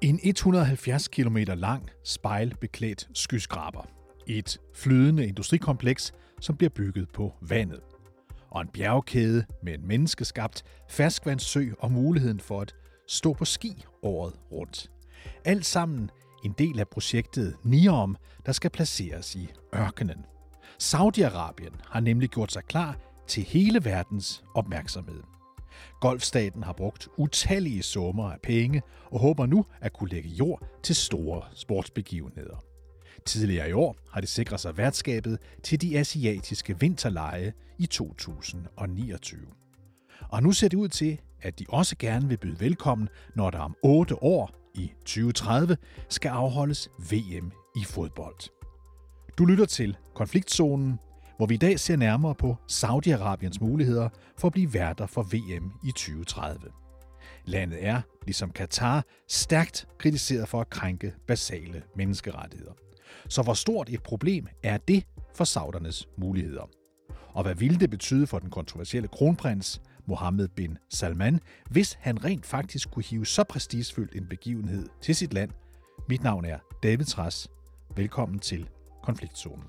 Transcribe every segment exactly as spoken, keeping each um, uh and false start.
En et hundrede og halvfjerds kilometer lang, spejlbeklædt skyskraber. Et flydende industrikompleks, som bliver bygget på vandet. Og en bjergkæde med en menneskeskabt ferskvandssø og muligheden for at stå på ski året rundt. Alt sammen en del af projektet NEOM, der skal placeres i ørkenen. Saudi-Arabien har nemlig gjort sig klar til hele verdens opmærksomhed. Golfstaten har brugt utallige summer af penge og håber nu at kunne lægge jord til store sportsbegivenheder. Tidligere i år har det sikret sig værtskabet til de asiatiske vinterlege i to tusind og niogtyve. Og nu ser det ud til, at de også gerne vil byde velkommen, når der om otte år i tyve tredive skal afholdes V M i fodbold. Du lytter til Konfliktzonen, hvor vi i dag ser nærmere på Saudi-Arabiens muligheder for at blive værter for V M i tyve tredive. Landet er, ligesom Katar, stærkt kritiseret for at krænke basale menneskerettigheder. Så hvor stort et problem er det for saudernes muligheder? Og hvad ville det betyde for den kontroversielle kronprins, Mohammed bin Salman, hvis han rent faktisk kunne hive så prestigefyldt en begivenhed til sit land? Mit navn er David Trads. Velkommen til Konfliktzonen.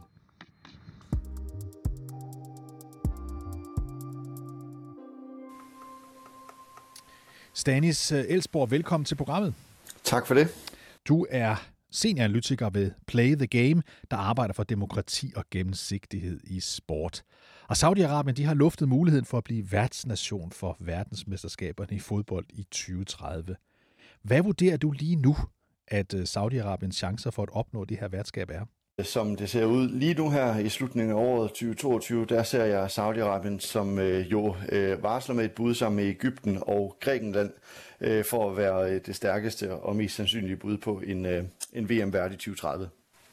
Stanis Elsborg, velkommen til programmet. Tak for det. Du er senioranalytiker ved Play the Game, der arbejder for demokrati og gennemsigtighed i sport. Og Saudi-Arabien, de har luftet muligheden for at blive værtsnation for verdensmesterskaberne i fodbold i tyve tredive. Hvad vurderer du lige nu, at Saudi-Arabiens chancer for at opnå det her værtskab er? Som det ser ud lige nu her i slutningen af året tyve toogtyve, der ser jeg Saudi-Arabien, som øh, jo øh, varsler med et bud sammen med Egypten og Grækenland øh, for at være øh, det stærkeste og mest sandsynlige bud på en, øh, en V M-vært i tyve tredive.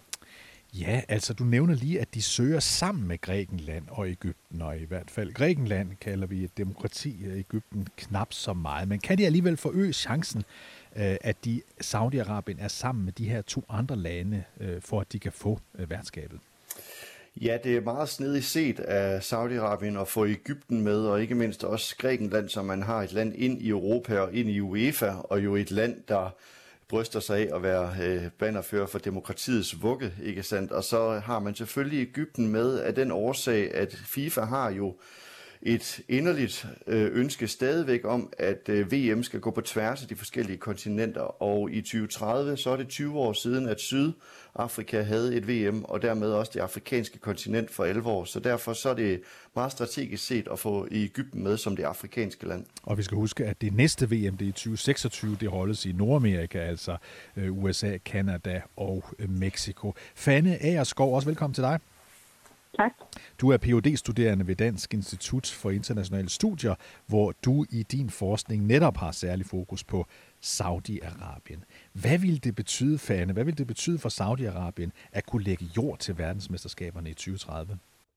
Ja, altså du nævner lige, at de søger sammen med Grækenland og Egypten, og i hvert fald Grækenland kalder vi et demokrati, Egypten knap så meget. Men kan de alligevel forøge chancen, at de Saudi-Arabien er sammen med de her to andre lande, for at de kan få værtskabet? Ja, det er meget snedigt set af Saudi-Arabien at få Egypten med, og ikke mindst også Grækenland, som man har et land ind i Europa og ind i UEFA, og jo et land, der bryster sig af at være øh, bannerfører for demokratiets vugge, ikke sandt? Og så har man selvfølgelig Egypten med af den årsag, at FIFA har jo et inderligt øh, ønske stadigvæk om, at øh, V M skal gå på tværs af de forskellige kontinenter. Og i tyve tredive, så er det tyve år siden, at Sydafrika havde et V M, og dermed også det afrikanske kontinent for alvor. Så derfor så er det meget strategisk set at få Egypten med som det afrikanske land. Og vi skal huske, at det næste V M, det er i tyve seksogtyve, det holdes i Nordamerika, altså U S A, Canada og Mexico. Fanne Agerskov, også velkommen til dig. Tak. Du er P H D-studerende ved Dansk Institut for Internationale Studier, hvor du i din forskning netop har særlig fokus på Saudi-Arabien. Hvad vil det betyde, Fanne, hvad vil det betyde for Saudi-Arabien at kunne lægge jord til verdensmesterskaberne i tyve tredive?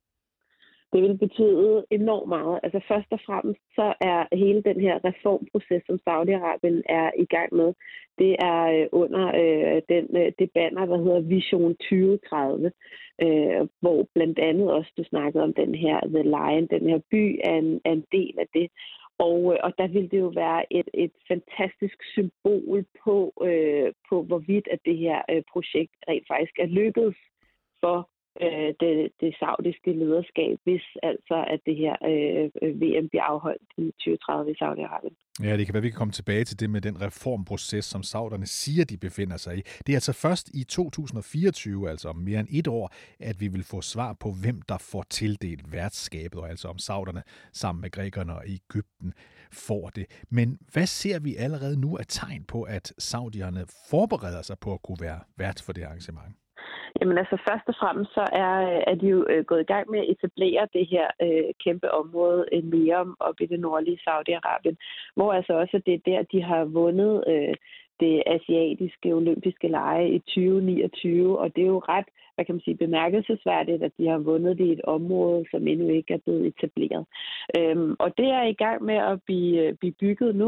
Det vil betyde enormt meget. Altså først og fremmest så er hele den her reformproces, som Saudi-Arabien er i gang med, det er under øh, den, øh, det banner, der hedder Vision tyve tredive, øh, hvor blandt andet også du snakkede om den her The Lion, den her by er en, er en del af det. Og, øh, og der vil det jo være et, et fantastisk symbol på, øh, på hvorvidt at det her øh, projekt rent faktisk er lykkedes for Det, det saudiske lederskab, hvis altså at det her øh, V M bliver afholdt i tyve tredive i Saudi-Arabien. Ja, det kan være, vi kan komme tilbage til det med den reformproces, som sauderne siger, de befinder sig i. Det er altså først i to tusind og fireogtyve, altså om mere end et år, at vi vil få svar på, hvem der får tildelt værtskabet, og altså om sauderne sammen med grækerne og Egypten får det. Men hvad ser vi allerede nu af tegn på, at saudierne forbereder sig på at kunne være vært for det arrangement? Jamen altså først og fremmest så er, er de jo øh, gået i gang med at etablere det her øh, kæmpe område øh, NEOM op i det nordlige Saudi-Arabien, hvor altså også det er der, de har vundet øh, det asiatiske olympiske lege i tyve niogtyve, og det er jo ret, hvad kan man sige, bemærkelsesværdigt, at de har vundet det i et område, som endnu ikke er blevet etableret. Øhm, og det er i gang med at blive, blive bygget nu.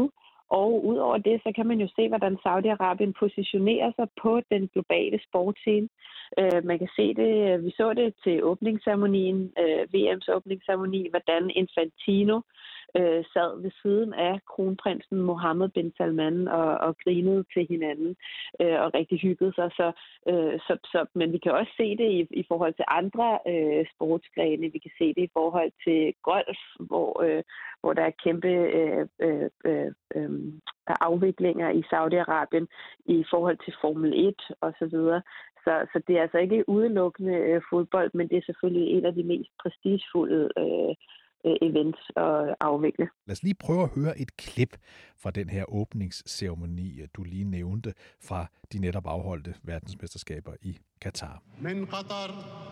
Og udover det, så kan man jo se, hvordan Saudi-Arabien positionerer sig på den globale sportscene. Øh, man kan se det, vi så det til åbningsceremonien, øh, V M's åbningsceremoni, hvordan Infantino øh, sad ved siden af kronprinsen Mohammed bin Salman og, og grinede til hinanden øh, og rigtig hyggede sig. Så, øh, så, så, men vi kan også se det i, i forhold til andre øh, sportsgrene. Vi kan se det i forhold til golf, hvor, øh, hvor der er kæmpe øh, øh, øh, øh, afviklinger i Saudi-Arabien i forhold til Formel et og så videre. Så, så det er altså ikke udelukkende øh, fodbold, men det er selvfølgelig en af de mest prestigefulde øh, events at afvikle. Lad os lige prøve at høre et klip fra den her åbningsceremoni, du lige nævnte, fra de netop afholdte verdensmesterskaber i Katar. من قطر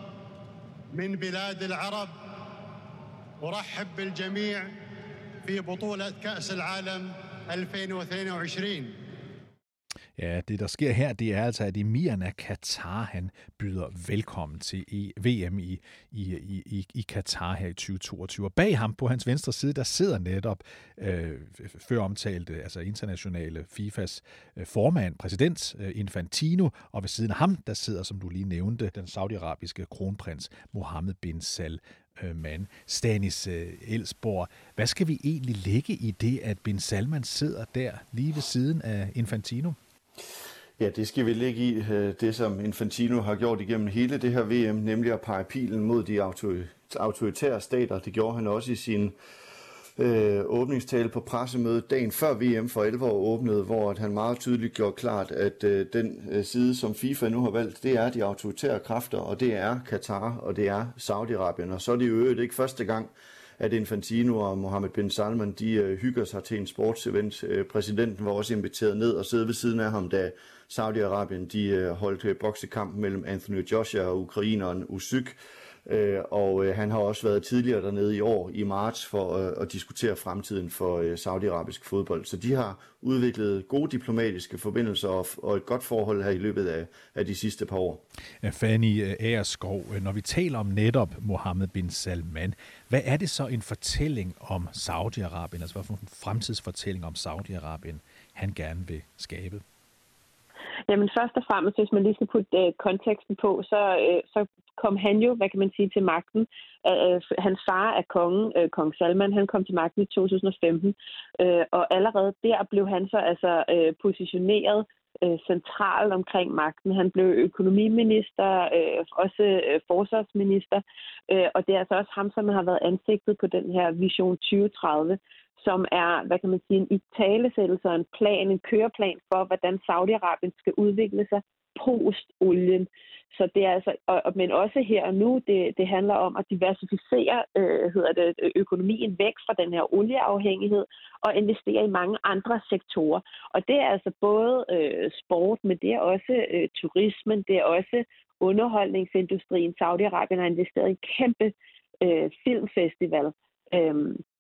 من بلاد العرب أرحب بالجميع في بطولة كأس العالم ألفين واثنين وعشرين. Ja, det der sker her, det er altså, at emiren af Katar, han byder velkommen til V M i, i, i, i Katar her i tyve toogtyve. Og bag ham på hans venstre side, der sidder netop øh, før omtalte, altså internationale FIFAs øh, formand, præsident øh, Infantino, og ved siden af ham, der sidder, som du lige nævnte, den saudiarabiske kronprins Mohammed bin Salman. Stanis øh, Elsborg, hvad skal vi egentlig lægge i det, at bin Salman sidder der lige ved siden af Infantino? Ja, det skal vi lægge i det, som Infantino har gjort igennem hele det her V M, nemlig at pege pilen mod de autoritære stater. Det gjorde han også i sin øh, åbningstale på pressemødet dagen før V M for alvor åbnede, hvor han meget tydeligt gjorde klart, at øh, den øh, side, som FIFA nu har valgt, det er de autoritære kræfter, og det er Katar, og det er Saudi-Arabien. Og så er det jo øvrigt ikke første gang, at Infantino og Mohammed bin Salman, de øh, hygger sig til en sportsevent. Øh, præsidenten var også inviteret ned og sidde ved siden af ham, da Saudi-Arabien de øh, holdt øh, boksekampen mellem Anthony Joshua og ukraineren Usyk. Øh, og øh, han har også været tidligere dernede i år, i marts, for øh, at diskutere fremtiden for øh, saudiarabisk fodbold. Så de har udviklet gode diplomatiske forbindelser og, og et godt forhold her i løbet af, af de sidste par år. Fanny Agerskov, når vi taler om netop Mohammed bin Salman, hvad er det så en fortælling om Saudi-Arabien, altså hvad for en fremtidsfortælling om Saudi-Arabien, han gerne vil skabe? Jamen først og fremmest, hvis man lige skal putte øh, konteksten på, så, øh, så kom han jo, hvad kan man sige, til magten. Øh, hans far er kongen, øh, kong Salman, han kom til magten i to tusind og femten, øh, og allerede der blev han så altså øh, positioneret øh, centralt omkring magten. Han blev økonomiminister, øh, også øh, forsvarsminister, øh, og det er altså også ham, som har været ansigtet på den her Vision tyve tredive, som er, hvad kan man sige, en italesættelse og en plan, en køreplan for, hvordan Saudi-Arabien skal udvikle sig post-olien. Så det er altså, og, men også her og nu, det, det handler om at diversificere øh, hedder det, økonomien væk fra den her olieafhængighed og investere i mange andre sektorer. Og det er altså både øh, sport, men det er også øh, turismen, det er også underholdningsindustrien. Saudi-Arabien har investeret i en kæmpe øh, filmfestival, øh,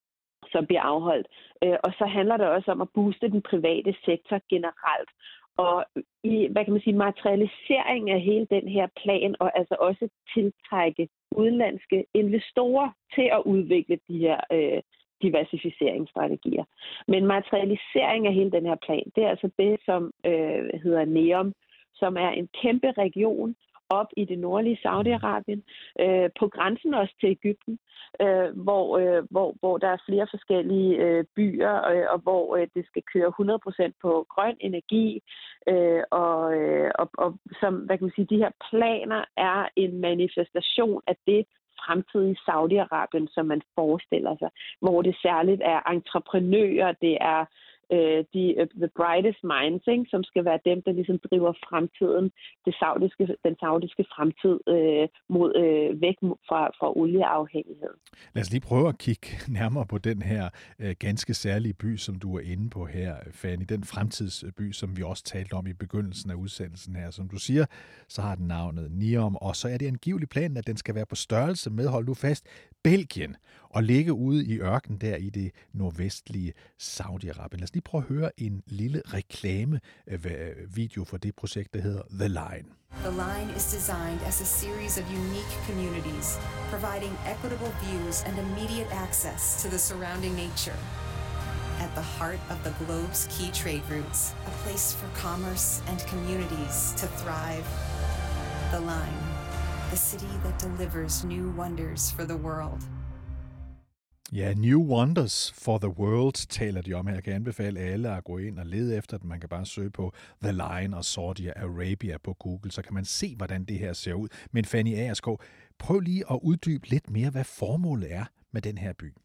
som bliver afholdt. Og så handler det også om at booste den private sektor generelt. Og i, hvad kan man sige, materialisering af hele den her plan, og altså også tiltrække udenlandske investorer til at udvikle de her øh, diversificeringsstrategier. Men materialisering af hele den her plan, det er altså det, som øh, hedder NEOM, som er en kæmpe region, op i det nordlige Saudi-Arabien, øh, på grænsen også til Egypten, øh, hvor, øh, hvor, hvor der er flere forskellige øh, byer, øh, og hvor øh, det skal køre hundrede procent på grøn energi, øh, og, øh, og, og som, hvad kan man sige, de her planer er en manifestation af det fremtidige Saudi-Arabien, som man forestiller sig, hvor det særligt er entreprenører, det er de the brightest minds, ikke, som skal være dem, der ligesom driver fremtiden, det saudiske, den saudiske fremtid øh, mod øh, væk fra, fra olieafhængighed. Lad os lige prøve at kigge nærmere på den her øh, ganske særlige by, som du er inde på her, Fanny. Den fremtidsby, som vi også talte om i begyndelsen af udsendelsen her. Som du siger, så har den navnet NEOM, og så er det angiveligt planen, at den skal være på størrelse med, hold nu fast, Belgien, og ligge ude i ørken der i det nordvestlige Saudi-Arabien. Lad os lige prøve at høre en lille reklame-video for det projekt, der hedder The Line. The Line is designed as a series of unique communities, providing equitable views and immediate access to the surrounding nature. at the heart of the globe's key trade routes, a place for commerce and communities to thrive. The Line, the city that delivers new wonders for the world. Ja, New Wonders for the World taler de om her. Jeg kan anbefale alle at gå ind og lede efter den. Man kan bare søge på The Line og Saudi Arabia på Google, så kan man se, hvordan det her ser ud. Men Fanny Agerskov, prøv lige at uddybe lidt mere, hvad formålet er med den her by.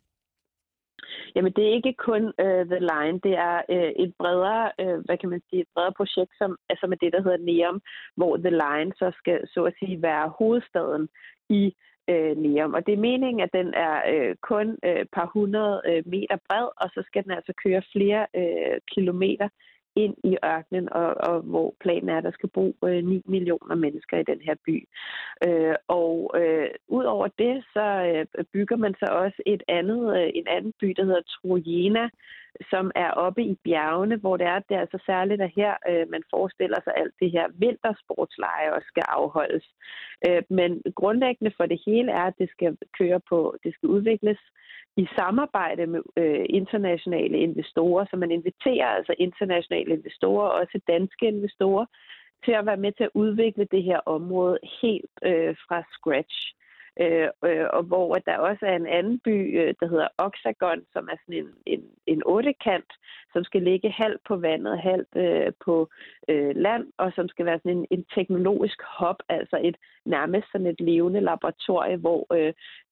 Jamen, det er ikke kun uh, The Line. Det er uh, et bredere, uh, hvad kan man sige, et bredere projekt, som, altså med det, der hedder NEOM, hvor The Line så skal, så at sige, være hovedstaden i uh, NEOM. Og det er meningen, at den er uh, kun et uh, par hundrede uh, meter bred, og så skal den altså køre flere uh, kilometer ind i ørkenen, og, og hvor planen er, at der skal bo øh, ni millioner mennesker i den her by. Øh, og øh, ud over det, så øh, bygger man så også et andet, øh, en anden by, der hedder Trojena, som er oppe i bjergene, hvor det er, det er altså særligt, at her øh, man forestiller sig alt det her vintersportsleje også skal afholdes. Øh, men grundlæggende for det hele er, at det skal køre på, det skal udvikles i samarbejde med øh, internationale investorer, så man inviterer altså internationale investorer, også danske investorer, til at være med til at udvikle det her område helt øh, fra scratch. Øh, øh, og hvor der også er en anden by, øh, der hedder Oxagon, som er sådan en, en, en ottekant, som skal ligge halvt på vandet, halvt øh, på øh, land, og som skal være sådan en, en teknologisk hub, altså et nærmest sådan et levende laboratorie, hvor øh,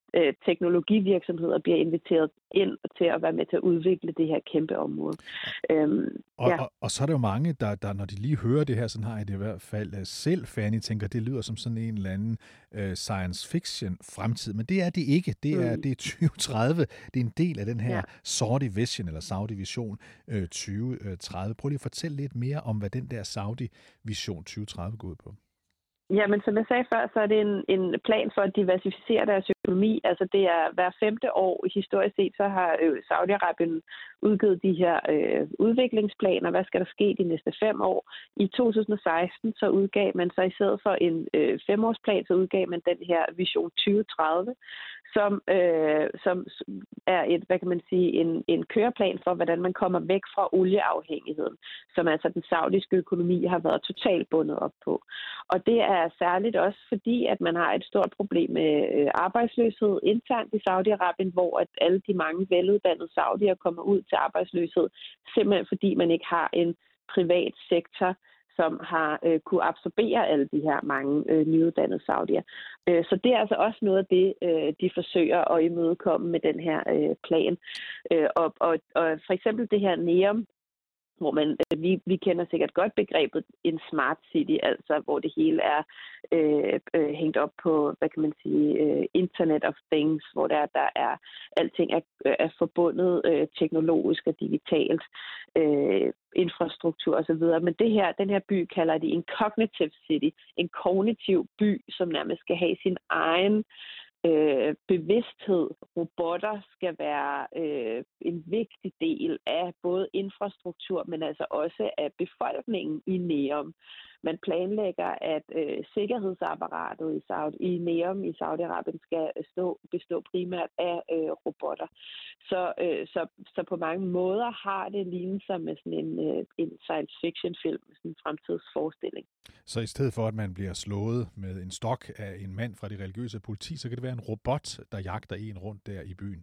teknologivirksomheder bliver inviteret ind til at være med til at udvikle det her kæmpe område. Øhm, og, ja. og, og så er der jo mange, der, der når de lige hører det her, sådan har jeg det i hvert fald selv, Fanny, tænker, det lyder som sådan en eller anden uh, science fiction fremtid, men det er det ikke. Det er, mm. det er tyve tredive. Det er en del af den her ja. Saudi Vision, eller Saudi Vision uh, tyve tredive. Prøv lige at fortælle lidt mere om, hvad den der Saudi Vision tyve tredive går ud på. Ja, men som jeg sagde før, så er det en, en plan for at diversificere deres økonomi. Altså det er hver femte år historisk set, så har øh, Saudi-Arabien udgivet de her øh, udviklingsplaner. Hvad skal der ske de næste fem år? I to tusind og seksten så udgav man så i stedet for en øh, femårsplan, så udgav man den her Vision tyve tredive, som, øh, som er et, hvad kan man sige, en, en køreplan for, hvordan man kommer væk fra olieafhængigheden, som altså den saudiske økonomi har været totalt bundet op på. Og det er særligt også fordi, at man har et stort problem med øh, arbejdsløshed internt i Saudi-Arabien, hvor at alle de mange veluddannede saudier kommer ud til arbejdsløshed, simpelthen fordi man ikke har en privat sektor, som har øh, kunne absorbere alle de her mange øh, nyuddannede saudier. Øh, så det er altså også noget af det, øh, de forsøger at imødekomme med den her øh, plan. Øh, og, og, og for eksempel det her NEOM, hvor man, øh, vi, vi kender sikkert godt begrebet en smart city, altså hvor det hele er øh, øh, hængt op på, hvad kan man sige, øh, Internet of Things, hvor der, der er, alting er, er forbundet øh, teknologisk og digitalt, øh, infrastruktur osv. Men det her, den her by kalder de en cognitive city, en kognitiv by, som nærmest skal have sin egen Øh, bevidsthed. Robotter skal være øh, en vigtig del af både infrastruktur, men altså også af befolkningen i NEOM. Man planlægger, at øh, sikkerhedsapparatet i, Saudi, i NEOM i Saudi-Arabien skal stå, bestå primært af øh, robotter. Så, øh, så, så på mange måder har det lignet sig med sådan en, øh, en science fiction film, sådan en fremtidsforestilling. Så i stedet for, at man bliver slået med en stok af en mand fra det religiøse politi, så kan det være en robot, der jagter en rundt der i byen?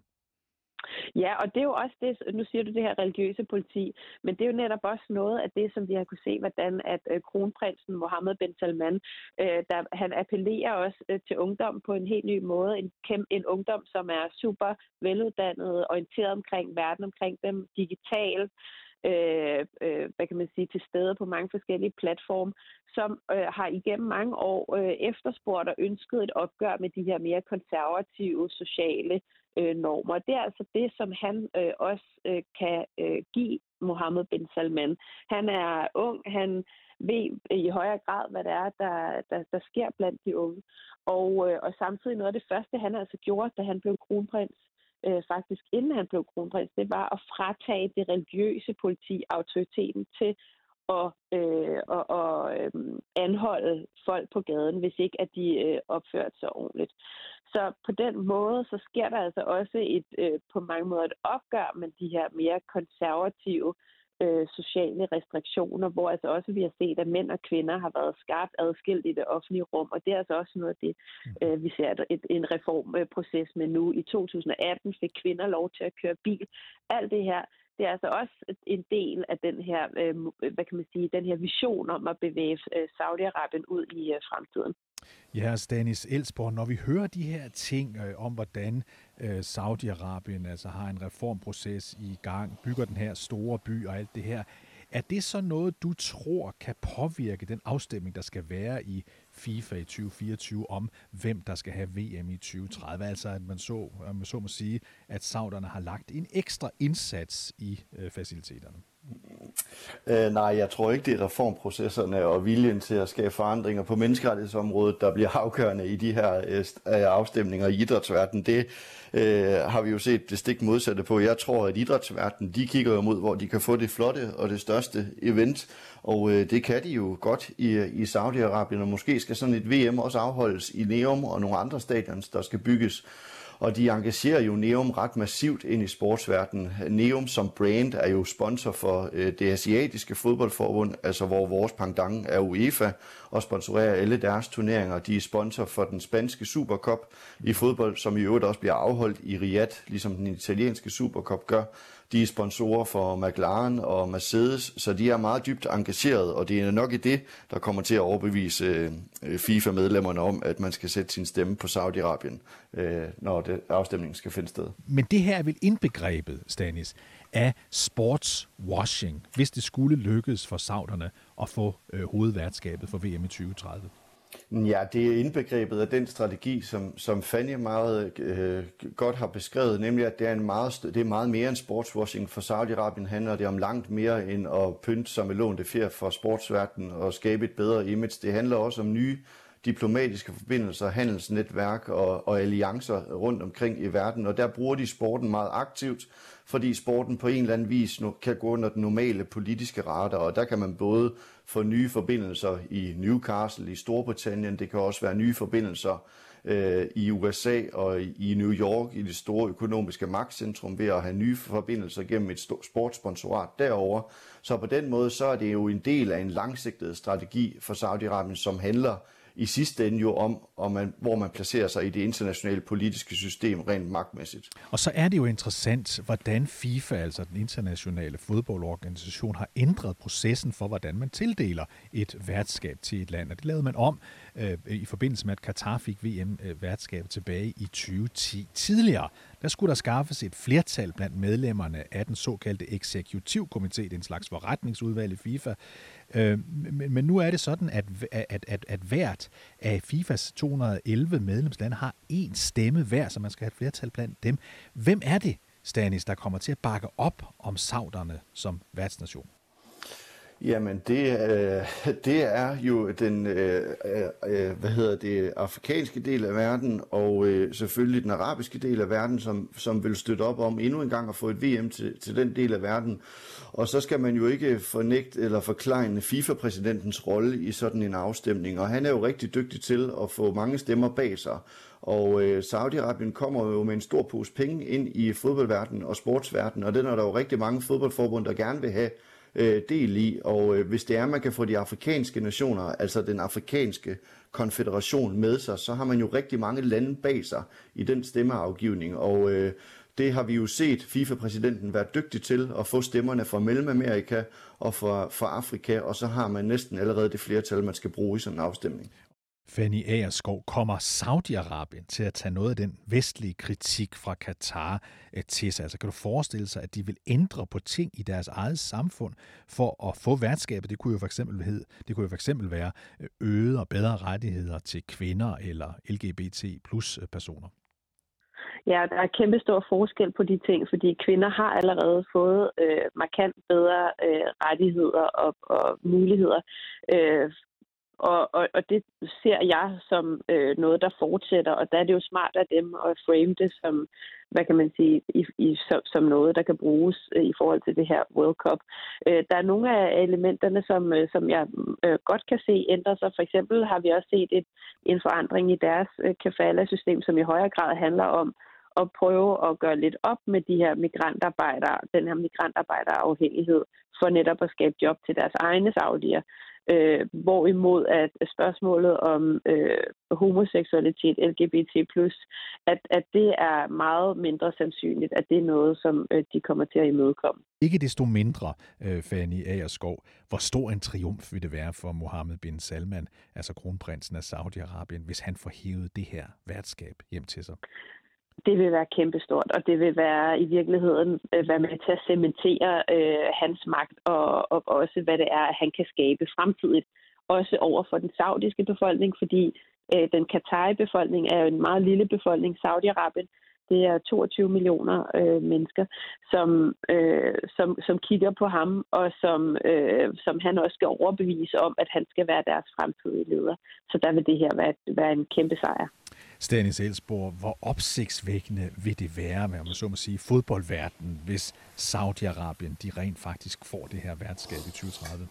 Ja, og det er jo også det, nu siger du det her religiøse politi, men det er jo netop også noget af det, som vi har kunne se, hvordan at øh, kronprinsen Mohammed bin Salman, øh, der, han appellerer også øh, til ungdom på en helt ny måde. En, kæm, en ungdom, som er super veluddannet, orienteret omkring verden, omkring dem digitalt, øh, øh, hvad kan man sige, til stede på mange forskellige platforme, som øh, har igennem mange år øh, efterspurgt og ønsket et opgør med de her mere konservative sociale øh, normer. Det er altså det, som han øh, også øh, kan øh, give Mohammed bin Salman. Han er ung, han ved i højere grad, hvad det er, der, der, der sker blandt de unge. Og, øh, og samtidig noget af det første, han altså gjorde, da han blev kronprins, øh, faktisk inden han blev kronprins, det var at fratage det religiøse politi autoriteten til og, øh, og, og øh, anholde folk på gaden, hvis ikke at de øh, opførte sig ordentligt. Så på den måde, så sker der altså også et øh, på mange måder et opgør med de her mere konservative øh, sociale restriktioner, hvor altså også vi har set, at mænd og kvinder har været skarpt adskilt i det offentlige rum, og det er altså også noget af det, øh, vi ser et, en reformproces med nu. I to tusind og atten fik kvinder lov til at køre bil. Alt det her, det er altså også en del af den her, øh, hvad kan man sige, den her vision om at bevæge øh, Saudi-Arabien ud i øh, fremtiden. Ja, Stanis Elsborg, når vi hører de her ting øh, om, hvordan øh, Saudi-Arabien altså har en reformproces i gang, bygger den her store by og alt det her, er det så noget, du tror kan påvirke den afstemning, der skal være i FIFA i tyve fireogtyve om, hvem der skal have V M i tyve tredive? Altså, at man så, man så må sige, at sauderne har lagt en ekstra indsats i øh, faciliteterne. Øh, nej, jeg tror ikke, det er reformprocesserne og viljen til at skabe forandringer på menneskerettighedsområdet, der bliver afgørende i de her øh, afstemninger i idrætsverdenen. Det øh, har vi jo set det stik modsatte på. Jeg tror, at idrætsverdenen, de kigger mod, hvor de kan få det flotte og det største event, og øh, det kan de jo godt i, i Saudi-Arabien, og måske skal sådan et V M også afholdes i Neom og nogle andre stadions, der skal bygges. Og de engagerer jo Neom ret massivt ind i sportsverdenen. Neom som brand er jo sponsor for øh, det asiatiske fodboldforbund, altså hvor vores pendant er UEFA, og sponsorerer alle deres turneringer. De er sponsor for den spanske Supercup i fodbold, som i øvrigt også bliver afholdt i Riyadh, ligesom den italienske Supercup gør. De er sponsorer for McLaren og Mercedes, så de er meget dybt engageret, og det er nok i det, der kommer til at overbevise FIFA-medlemmerne om, at man skal sætte sin stemme på Saudi-Arabien, når det, afstemningen skal finde sted. Men det her er vel indbegrebet, Stanis, af sportswashing, hvis det skulle lykkes for sauderne at få øh, hovedværtskabet for V M i tyve tredive? Ja, det er indbegrebet af den strategi, som, som Fanny meget øh, godt har beskrevet, nemlig at det er, en meget, det er meget mere end sportswashing. For Saudi-Arabien handler det om langt mere end at pynte sig med lånte fjer for sportsverdenen og skabe et bedre image. Det handler også om nye diplomatiske forbindelser, handelsnetværk og, og alliancer rundt omkring i verden, og der bruger de sporten meget aktivt, fordi sporten på en eller anden vis kan gå under den normale politiske radar, og der kan man både få nye forbindelser i Newcastle, i Storbritannien, det kan også være nye forbindelser øh, i U S A og i New York, i det store økonomiske magtcentrum, ved at have nye forbindelser gennem et sportssponsorat derovre. Så på den måde, så er det jo en del af en langsigtet strategi for Saudi-Arabien, som handler i sidste ende jo om, om man, hvor man placerer sig i det internationale politiske system rent magtmæssigt. Og så er det jo interessant, hvordan FIFA, altså den internationale fodboldorganisation, har ændret processen for, hvordan man tildeler et værtskab til et land. Og det lavede man om øh, i forbindelse med, at Katar fik V M-værtskab tilbage i tyve ti. Tidligere, der skulle der skaffes et flertal blandt medlemmerne af den såkaldte eksekutivkomité, det er en slags forretningsudvalg i FIFA. Øh, men, men nu er det sådan, at, at, at, at hvert af FIFAs to hundrede og elleve medlemslande har én stemme hver, så man skal have et flertal blandt dem. Hvem er det, Stanis, der kommer til at bakke op om sauderne som værtsnation? Jamen, det, øh, det er jo den øh, øh, hvad hedder det, afrikanske del af verden, og øh, selvfølgelig den arabiske del af verden, som, som vil støtte op om endnu en gang at få et V M til, til den del af verden. Og så skal man jo ikke fornægte eller forklejne FIFA-præsidentens rolle i sådan en afstemning, og han er jo rigtig dygtig til at få mange stemmer bag sig. Og øh, Saudi-Arabien kommer jo med en stor pose penge ind i fodboldverdenen og sportsverdenen, og den er der jo rigtig mange fodboldforbund, der gerne vil have del i, og øh, hvis det er, man kan få de afrikanske nationer, altså den afrikanske konfederation med sig, så har man jo rigtig mange lande bag sig i den stemmeafgivning, og øh, det har vi jo set FIFA-præsidenten være dygtig til at få stemmerne fra Mellemamerika og fra, fra Afrika, og så har man næsten allerede det flertal, man skal bruge i sådan en afstemning. Fanny Agerskov, kommer Saudi-Arabien til at tage noget af den vestlige kritik fra Katar til sig? Altså kan du forestille sig, at de vil ændre på ting i deres eget samfund for at få værtskabet? Det kunne jo for eksempel, det kunne jo for eksempel være øgede og bedre rettigheder til kvinder eller L G B T plus personer. Ja, der er kæmpe stor forskel på de ting, fordi kvinder har allerede fået øh, markant bedre øh, rettigheder og, og muligheder øh, Og, og, og det ser jeg som øh, noget, der fortsætter, og der er det jo smart af dem at frame det som, hvad kan man sige, i, i, som, som noget, der kan bruges øh, i forhold til det her World Cup. Øh, der er nogle af elementerne, som, øh, som jeg øh, godt kan se ændre sig. For eksempel har vi også set et, en forandring i deres øh, kafala-system, som i højere grad handler om at prøve at gøre lidt op med de her migrantarbejdere, den her migrantarbejderafhængighed, for netop at skabe job til deres egne saudier. Øh, hvorimod at spørgsmålet om øh, homoseksualitet, L G B T plus, at, at det er meget mindre sandsynligt, at det er noget, som øh, de kommer til at imødekomme. Ikke desto mindre, øh, Fanny Agerskov, hvor stor en triumf vil det være for Mohammed bin Salman, altså kronprinsen af Saudi-Arabien, hvis han får hævet det her værtskab hjem til sig? Det vil være kæmpestort, og det vil være i virkeligheden øh, være med til at cementere øh, hans magt, og, og også hvad det er, at han kan skabe fremtidigt, også over for den saudiske befolkning, fordi øh, den Qatari-befolkning er jo en meget lille befolkning. Saudi-Arabien, det er toogtyve millioner øh, mennesker, som, øh, som, som kigger på ham, og som, øh, som han også skal overbevise om, at han skal være deres fremtidige leder. Så der vil det her være, være en kæmpe sejr. Stanis Elsborg, hvor opsigtsvækkende vil det være, med, om man så må sige, fodboldverdenen, hvis Saudi-Arabien de rent faktisk får det her værtskab i tyve tredive?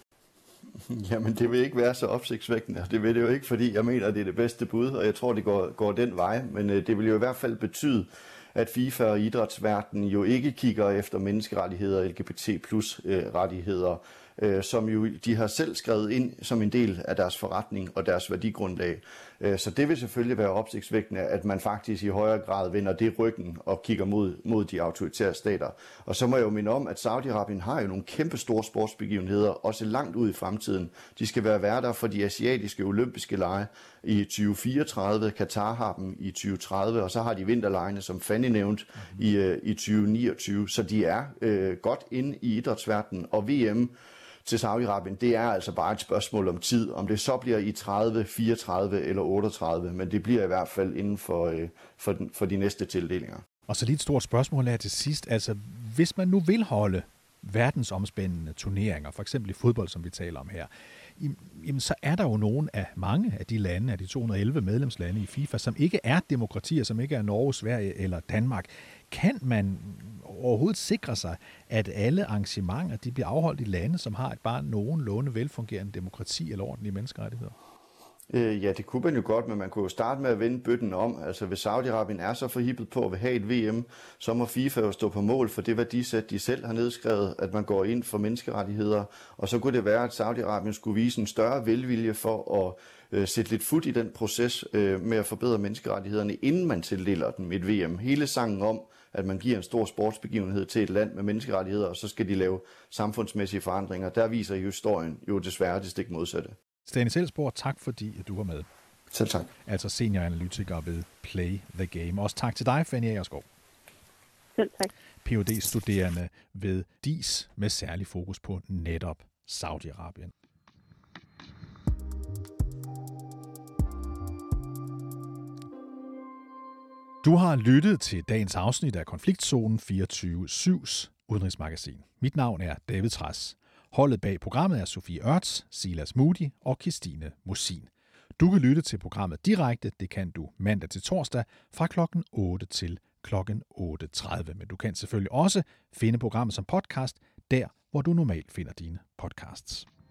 Jamen, det vil ikke være så opsigtsvækkende. Det vil det jo ikke, fordi jeg mener, at det er det bedste bud, og jeg tror, det går, går den vej. Men øh, det vil jo i hvert fald betyde, at FIFA og idrætsverdenen jo ikke kigger efter menneskerettigheder, L G B T plus rettigheder, øh, som jo de har selv skrevet ind som en del af deres forretning og deres værdigrundlag. Øh, så det vil selvfølgelig være opsigtsvækkende, at man faktisk i højere grad vender det ryggen og kigger mod, mod de autoritære stater. Og så må jeg jo minde om, at Saudi-Arabien har jo nogle kæmpe store sportsbegivenheder, også langt ud i fremtiden. De skal være værter for de asiatiske olympiske lege i tyve fireogtredive, Katar har dem i tyve tredive, og så har de vinterlegene, som Fanny nævnte, i, øh, i tyve niogtyve. Så de er øh, godt inde i idrætsverdenen, og V M til Saudi-Arabien, det er altså bare et spørgsmål om tid. Om det så bliver i tredive, fireogtredive eller otteogtredive, men det bliver i hvert fald inden for, øh, for, den, for de næste tildelinger. Og så lige et stort spørgsmål her til sidst. Altså, hvis man nu vil holde verdensomspændende turneringer, for eksempel i fodbold, som vi taler om her, jamen så er der jo nogle af mange af de lande, af de to hundrede og elleve medlemslande i FIFA, som ikke er demokratier, som ikke er Norge, Sverige eller Danmark. Kan man overhovedet sikre sig, at alle arrangementer de bliver afholdt i lande, som har et bare nogenlunde velfungerende demokrati eller ordentlige menneskerettigheder? Øh, ja, det kunne man jo godt, men man kunne jo starte med at vende bøtten om. Altså, hvis Saudi-Arabien er så forhippet på at have et V M, så må FIFA jo stå på mål for det værdisæt, de selv har nedskrevet, at man går ind for menneskerettigheder. Og så kunne det være, at Saudi-Arabien skulle vise en større velvilje for at øh, sætte lidt fut i den proces øh, med at forbedre menneskerettighederne, inden man tildeler dem et V M. Hele sangen om, at man giver en stor sportsbegivenhed til et land med menneskerettigheder, og så skal de lave samfundsmæssige forandringer. Der viser historien jo desværre det stik modsatte. Stanis Elsborg, tak fordi at du var med. Selv tak. Altså senioranalytiker ved Play the Game. Også tak til dig, Fanny Agerskov. Selv tak. P H D-studerende ved D I S med særlig fokus på netop Saudi-Arabien. Du har lyttet til dagens afsnit af Konfliktzonen fireogtyve syv's udenrigsmagasin. Mit navn er David Trads. Holdet bag programmet er Sofie Ørts, Silas Moody og Christine Mosin. Du kan lytte til programmet direkte. Det kan du mandag til torsdag fra klokken otte til klokken otte tredive. Men du kan selvfølgelig også finde programmet som podcast der, hvor du normalt finder dine podcasts.